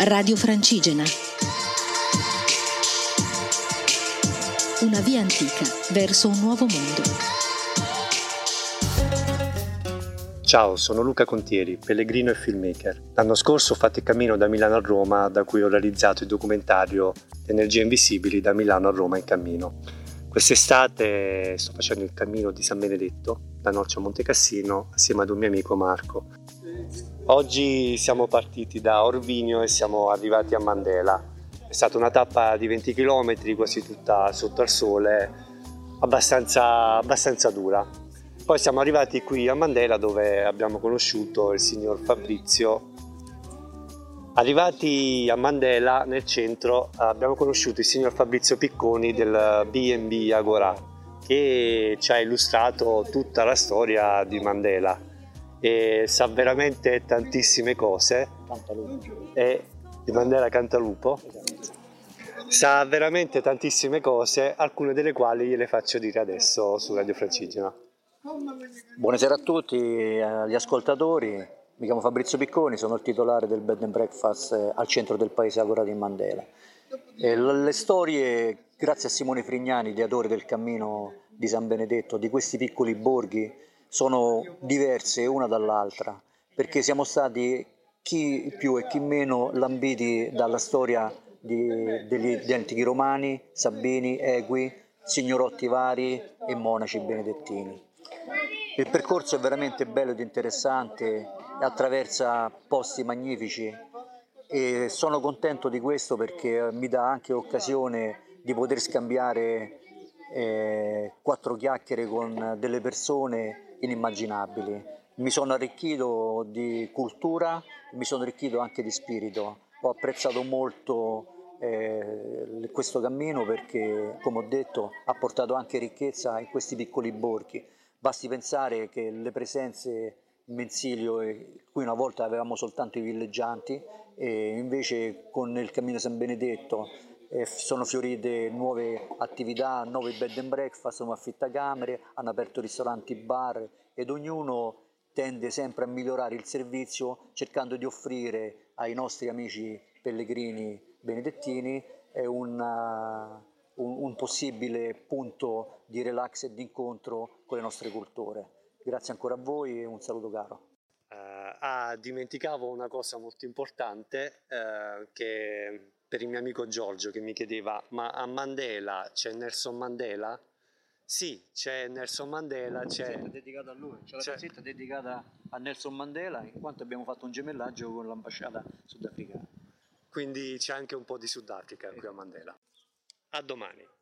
Radio Francigena. Una via antica verso un nuovo mondo. Ciao, sono Luca Contieri, pellegrino e filmmaker. L'anno scorso ho fatto il cammino da Milano a Roma, da cui ho realizzato il documentario Energie Invisibili da Milano a Roma in cammino. Quest'estate sto facendo il cammino di San Benedetto, da Norcia a Montecassino, assieme ad un mio amico Marco. Oggi siamo partiti da Orvinio e siamo arrivati a Mandela. È stata una tappa di 20 km, quasi tutta sotto al sole, abbastanza dura. Poi siamo arrivati qui a Mandela, dove abbiamo conosciuto il signor Fabrizio. Arrivati a Mandela, nel centro, abbiamo conosciuto il signor Fabrizio Picconi del B&B Agorà, che ci ha illustrato tutta la storia di Mandela e sa veramente tantissime cose. E di Mandela Cantalupo. Sa veramente tantissime cose, alcune delle quali gliele faccio dire adesso su Radio Francigena. Buonasera a tutti, agli ascoltatori. Mi chiamo Fabrizio Picconi, sono il titolare del Bed and Breakfast al centro del paese Agorà di Mandela. Le storie, grazie a Simone Frignani, ideatore del cammino di San Benedetto, di questi piccoli borghi, sono diverse una dall'altra, perché siamo stati chi più e chi meno lambiti dalla storia degli antichi romani, Sabini, Equi, signorotti vari e monaci benedettini. Il percorso è veramente bello ed interessante, attraversa posti magnifici e sono contento di questo perché mi dà anche occasione di poter scambiare quattro chiacchiere con delle persone inimmaginabili. Mi sono arricchito di cultura, mi sono arricchito anche di spirito. Ho apprezzato molto questo cammino perché, come ho detto, ha portato anche ricchezza in questi piccoli borghi. Basti pensare che le presenze mensili, qui una volta avevamo soltanto i villeggianti, e invece con il Cammino San Benedetto sono fiorite nuove attività, nuovi bed and breakfast, nuove affittacamere, hanno aperto ristoranti, bar ed ognuno tende sempre a migliorare il servizio cercando di offrire ai nostri amici pellegrini benedettini un possibile punto di relax e di incontro con le nostre culture. Grazie ancora a voi e un saluto caro. Dimenticavo una cosa molto importante che per il mio amico Giorgio, che mi chiedeva: ma a Mandela c'è Nelson Mandela? Sì, c'è Nelson Mandela, c'è dedicata a lui, c'è la piazzetta dedicata a Nelson Mandela, in quanto abbiamo fatto un gemellaggio con l'ambasciata sudafricana. Quindi c'è anche un po' di Sudafrica qui a Mandela. A domani.